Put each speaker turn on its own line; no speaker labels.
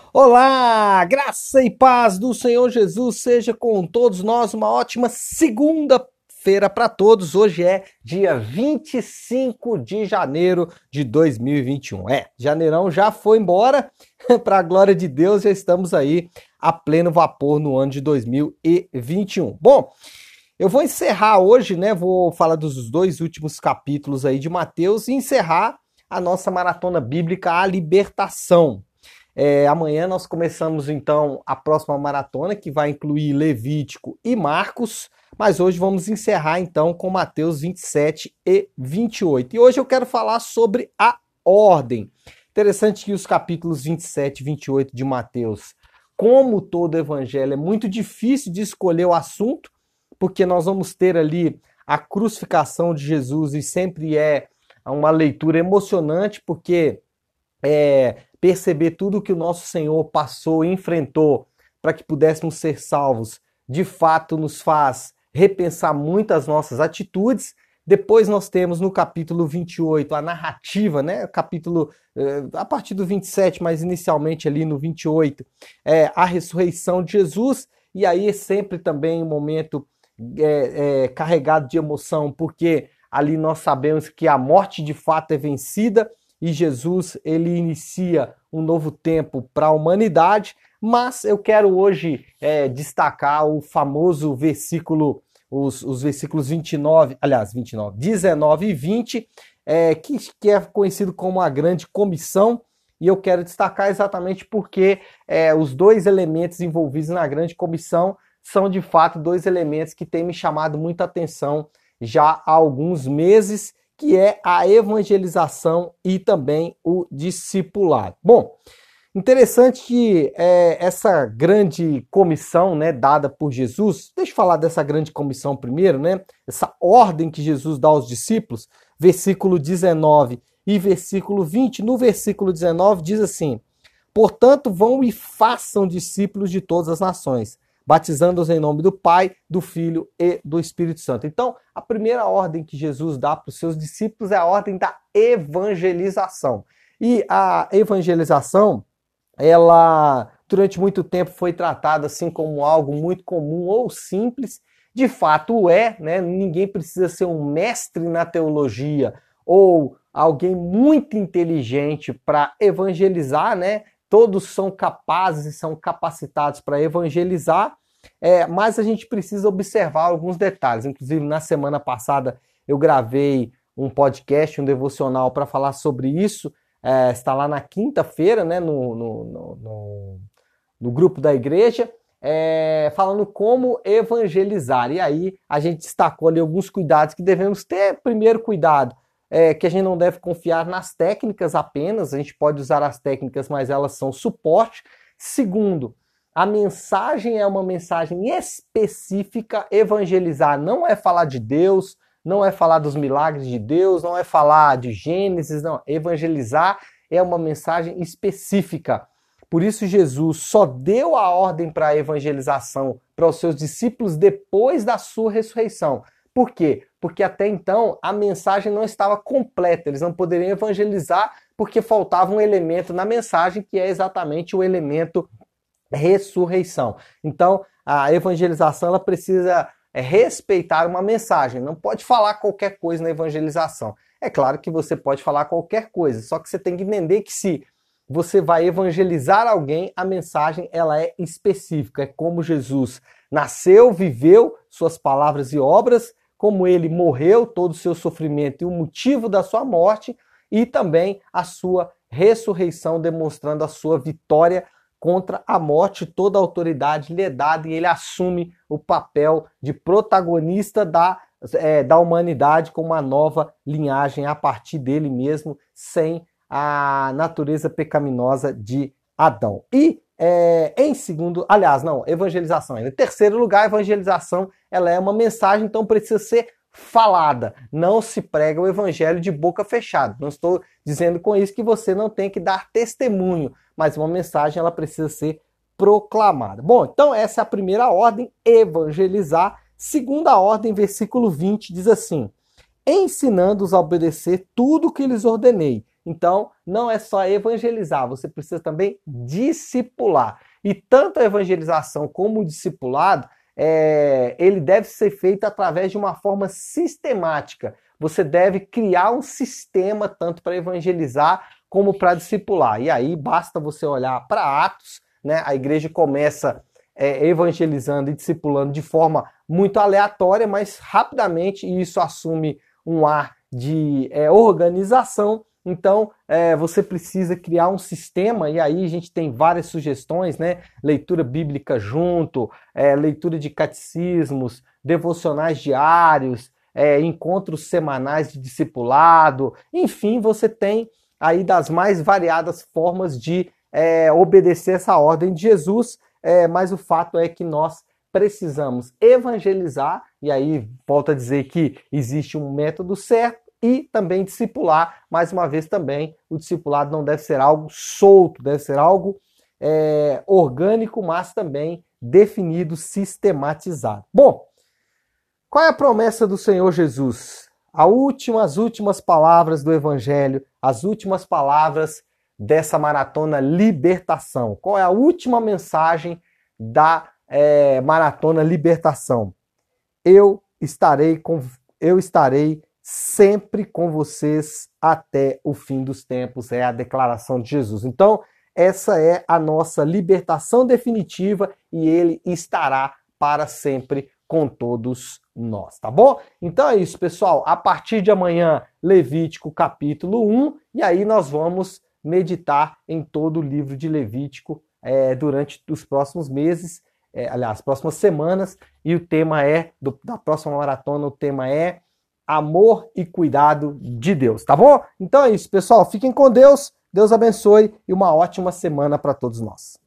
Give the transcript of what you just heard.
Olá, graça e paz do Senhor Jesus seja com todos nós. Uma ótima segunda-feira para todos. Hoje é dia 25 de janeiro de 2021. Janeirão já foi embora. Para a glória de Deus, já estamos aí a pleno vapor no ano de 2021. Bom, eu vou encerrar hoje, né? Vou falar dos dois últimos capítulos aí de Mateus e encerrar a nossa maratona bíblica, a libertação. Amanhã nós começamos então a próxima maratona, que vai incluir Levítico e Marcos, mas hoje vamos encerrar então com Mateus 27 e 28. E hoje eu quero falar sobre a ordem. Interessante que os capítulos 27 e 28 de Mateus, como todo evangelho, é muito difícil de escolher o assunto, porque nós vamos ter ali a crucificação de Jesus e sempre é uma leitura emocionante, porque perceber tudo que o nosso Senhor passou e enfrentou para que pudéssemos ser salvos, de fato nos faz repensar muito as nossas atitudes. Depois nós temos no capítulo 28 a narrativa, né? Capítulo a partir do 27, mas inicialmente ali no 28, a ressurreição de Jesus, e aí é sempre também um momento carregado de emoção, porque ali nós sabemos que a morte de fato é vencida, e Jesus, ele inicia um novo tempo para a humanidade, mas eu quero hoje destacar o famoso versículo, os versículos 19 e 20, que é conhecido como a grande comissão, e eu quero destacar exatamente porque os dois elementos envolvidos na grande comissão são de fato dois elementos que têm me chamado muita atenção já há alguns meses, que é a evangelização e também o discipulado. Bom, interessante que essa grande comissão, né, dada por Jesus, deixa eu falar dessa grande comissão primeiro, né, essa ordem que Jesus dá aos discípulos, versículo 19 e versículo 20, no versículo 19 diz assim: portanto, vão e façam discípulos de todas as nações, batizando-os em nome do Pai, do Filho e do Espírito Santo. Então, a primeira ordem que Jesus dá para os seus discípulos é a ordem da evangelização. E a evangelização, ela durante muito tempo foi tratada assim como algo muito comum ou simples. De fato né? Ninguém precisa ser um mestre na teologia ou alguém muito inteligente para evangelizar, né? Todos são capazes e são capacitados para evangelizar, mas a gente precisa observar alguns detalhes. Inclusive, na semana passada, eu gravei um podcast, um devocional para falar sobre isso. Está lá na quinta-feira, né, no grupo da igreja, falando como evangelizar. E aí a gente destacou ali alguns cuidados que devemos ter. Primeiro cuidado, que a gente não deve confiar nas técnicas apenas, a gente pode usar as técnicas, mas elas são suporte. Segundo, a mensagem é uma mensagem específica. Evangelizar não é falar de Deus, não é falar dos milagres de Deus, não é falar de Gênesis, não. Evangelizar é uma mensagem específica. Por isso Jesus só deu a ordem para a evangelização para os seus discípulos depois da sua ressurreição. Por quê? Porque até então a mensagem não estava completa, eles não poderiam evangelizar porque faltava um elemento na mensagem, que é exatamente o elemento ressurreição. Então, a evangelização ela precisa respeitar uma mensagem, não pode falar qualquer coisa na evangelização. É claro que você pode falar qualquer coisa, só que você tem que entender que se você vai evangelizar alguém, a mensagem ela é específica, é como Jesus nasceu, viveu, suas palavras e obras, como ele morreu, todo o seu sofrimento e o motivo da sua morte, e também a sua ressurreição, demonstrando a sua vitória contra a morte. Toda a autoridade lhe é dada e ele assume o papel de protagonista da humanidade com uma nova linhagem a partir dele mesmo, sem a natureza pecaminosa de Adão. E em segundo, evangelização. Em terceiro lugar, a evangelização ela é uma mensagem, então precisa ser falada. Não se prega o evangelho de boca fechada. Não estou dizendo com isso que você não tem que dar testemunho, mas uma mensagem ela precisa ser proclamada. Bom, então essa é a primeira ordem, evangelizar. Segunda ordem, versículo 20, diz assim: ensinando-os a obedecer tudo o que lhes ordenei. Então, não é só evangelizar, você precisa também discipular. E tanto a evangelização como o discipulado, ele deve ser feito através de uma forma sistemática. Você deve criar um sistema tanto para evangelizar como para discipular. E aí basta você olhar para Atos, né? A igreja começa evangelizando e discipulando de forma muito aleatória, mas rapidamente isso assume um ar de organização. Então, você precisa criar um sistema, e aí a gente tem várias sugestões, né? Leitura bíblica junto, leitura de catecismos, devocionais diários, encontros semanais de discipulado, enfim, você tem aí das mais variadas formas de obedecer essa ordem de Jesus, mas o fato é que nós precisamos evangelizar, e aí volto a dizer que existe um método certo, e também discipular. Mais uma vez também, o discipulado não deve ser algo solto, deve ser algo orgânico, mas também definido, sistematizado. Bom, qual é a promessa do Senhor Jesus? As últimas palavras do Evangelho, as últimas palavras dessa maratona libertação. Qual é a última mensagem da maratona libertação? Eu estarei sempre com vocês até o fim dos tempos, é a declaração de Jesus. Então, essa é a nossa libertação definitiva e ele estará para sempre com todos nós, tá bom? Então é isso, pessoal. A partir de amanhã, Levítico capítulo 1, e aí nós vamos meditar em todo o livro de Levítico durante os próximos meses, aliás, próximas semanas, e o tema da próxima maratona, o tema é amor e cuidado de Deus, tá bom? Então é isso, pessoal. Fiquem com Deus, Deus abençoe e uma ótima semana para todos nós.